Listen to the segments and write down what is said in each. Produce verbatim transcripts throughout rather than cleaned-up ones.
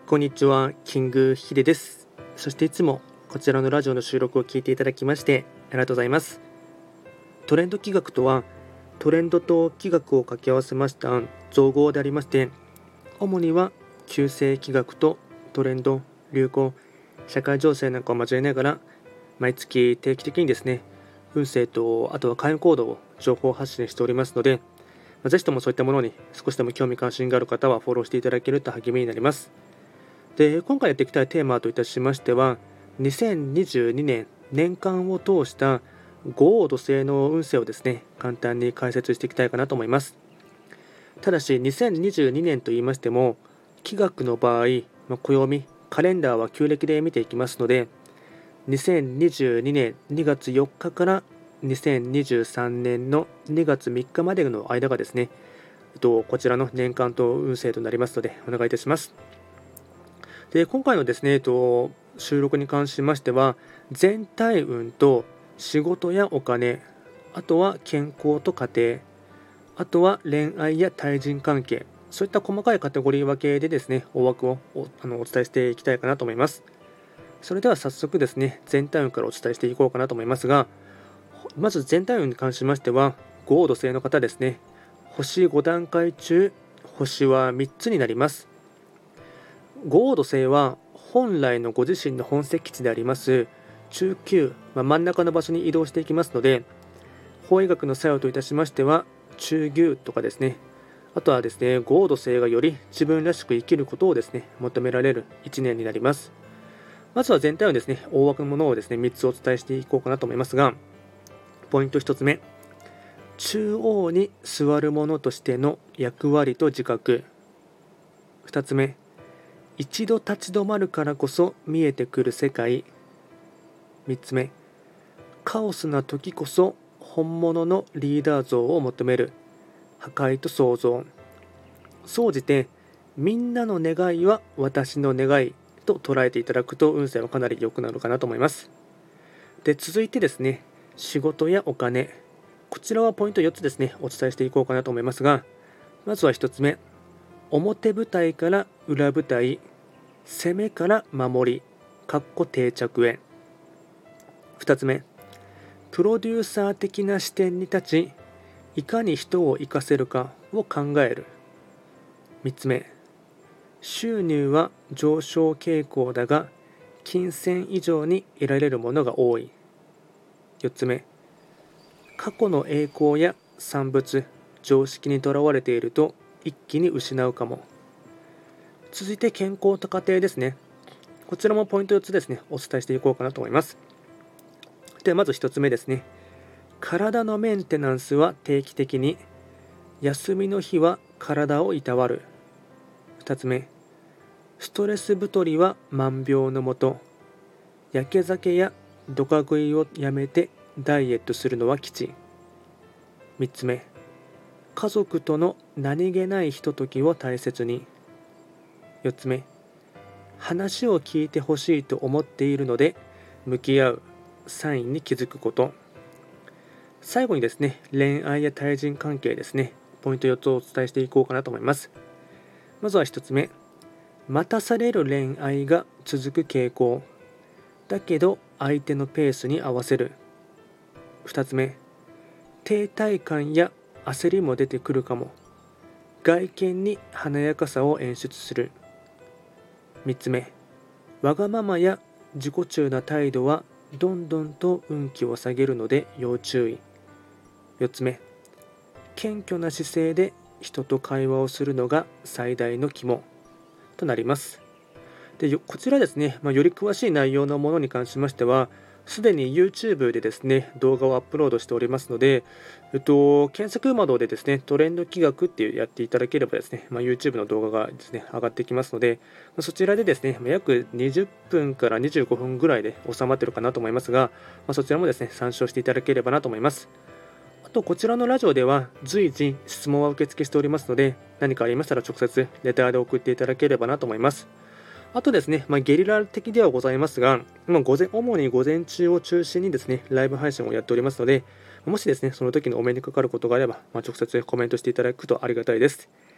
こんにちは、キングヒデです。そしていつもこちらのラジオの収録を聞いていただきましてありがとうございます。トレンド企画とは、トレンドと企画を掛け合わせました造語でありまして、主には旧世企画とトレンド、流行、社会情勢なんかを交えながら、毎月定期的にですね、運勢とあとは開運行動を情報発信しておりますので、ぜひともそういったものに少しでも興味関心がある方はフォローしていただけると励みになります。で、今回やっていきたいテーマといたしましては、にせんにじゅうにねん年間を通した五黄土星の運勢をですね、簡単に解説していきたいかなと思います。ただし、にせんにじゅうにねんと言いましても、気学の場合、まあ、暦、カレンダーは旧暦で見ていきますので、にせんにじゅうにねんにがつよっかからにせんにじゅうさんねんのにがつみっかまでの間がですね、えっと、こちらの年間と運勢となりますので、お願いいたします。で、今回のですね、えっと、収録に関しましては、全体運と仕事やお金、あとは健康と家庭、あとは恋愛や対人関係、そういった細かいカテゴリー分けでですね、大枠を お, あのお伝えしていきたいかなと思います。それでは早速ですね、全体運からお伝えしていこうかなと思いますが、まず全体運に関しましては、五黄土星の方ですね、星ご段階中、星はみっつになります。五黄土星は本来のご自身の本石地であります中級、まあ、真ん中の場所に移動していきますので、法医学の作用といたしましては中宮とかですね、あとはですね、五黄土星がより自分らしく生きることをですね、求められるいちねんになります。まずは全体をですね、大枠のものをですね、みっつお伝えしていこうかなと思いますが、ポイントひとつめ、中央に座る者としての役割と自覚。ふたつめ、一度立ち止まるからこそ見えてくる世界。みっつめ、カオスな時こそ本物のリーダー像を求める破壊と創造。総じてみんなの願いは私の願いと捉えていただくと運勢はかなり良くなるかなと思います。で、続いてですね、仕事やお金、こちらはポイントよっつですね、お伝えしていこうかなと思いますが、まずはひとつめ、表舞台から裏舞台、攻めから守り、かっこ定着へ。ふたつめ、プロデューサー的な視点に立ち、いかに人を生かせるかを考える。みっつめ、収入は上昇傾向だが、金銭以上に得られるものが多い。よっつめ、過去の栄光や産物、常識にとらわれていると一気に失うかも。続いて健康と家庭ですね。こちらもポイントよっつですね、お伝えしていこうかなと思います。ではまずひとつめですね。体のメンテナンスは定期的に、休みの日は体をいたわる。ふたつめ、ストレス太りは万病のもと、焼け酒やドカ食いをやめてダイエットするのは吉。みっつめ、家族との何気ないひとときを大切に。よっつめ、話を聞いてほしいと思っているので向き合うサインに気づくこと。最後にですね、恋愛や対人関係ですね、ポイントよっつをお伝えしていこうかなと思います。まずはひとつめ、待たされる恋愛が続く傾向だけど相手のペースに合わせる。ふたつめ、停滞感や焦りも出てくるかも、外見に華やかさを演出する。みっつめ、わがままや自己中な態度はどんどんと運気を下げるので要注意。よっつめ、謙虚な姿勢で人と会話をするのが最大の肝となります。で、こちらですね、まあ、より詳しい内容のものに関しましては、すでに YouTube でですね、動画をアップロードしておりますので、えっと、検索窓でですね、トレンド企画っていうやっていただければですね、まあ、YouTube の動画がですね、上がってきますので、まあ、そちらでですね、約にじゅっぷんからにじゅうごふんぐらいで収まっているかなと思いますが、まあ、そちらもですね、参照していただければなと思います。あと、こちらのラジオでは随時質問は受付しておりますので、何かありましたら直接レターで送っていただければなと思います。あとですね、まあ、ゲリラ的ではございますが、まあ、午前主に午前中を中心にですね、ライブ配信をやっておりますので、もしですね、その時にお目にかかることがあれば、まあ、直接コメントしていただくとありがたいです。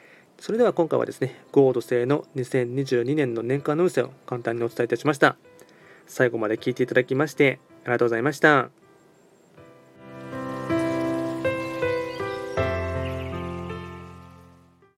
それでは今回はですね、ゴード星のにせんにじゅうにねんの年間の運勢を簡単にお伝えいたしました。最後まで聞いていただきましてありがとうございました。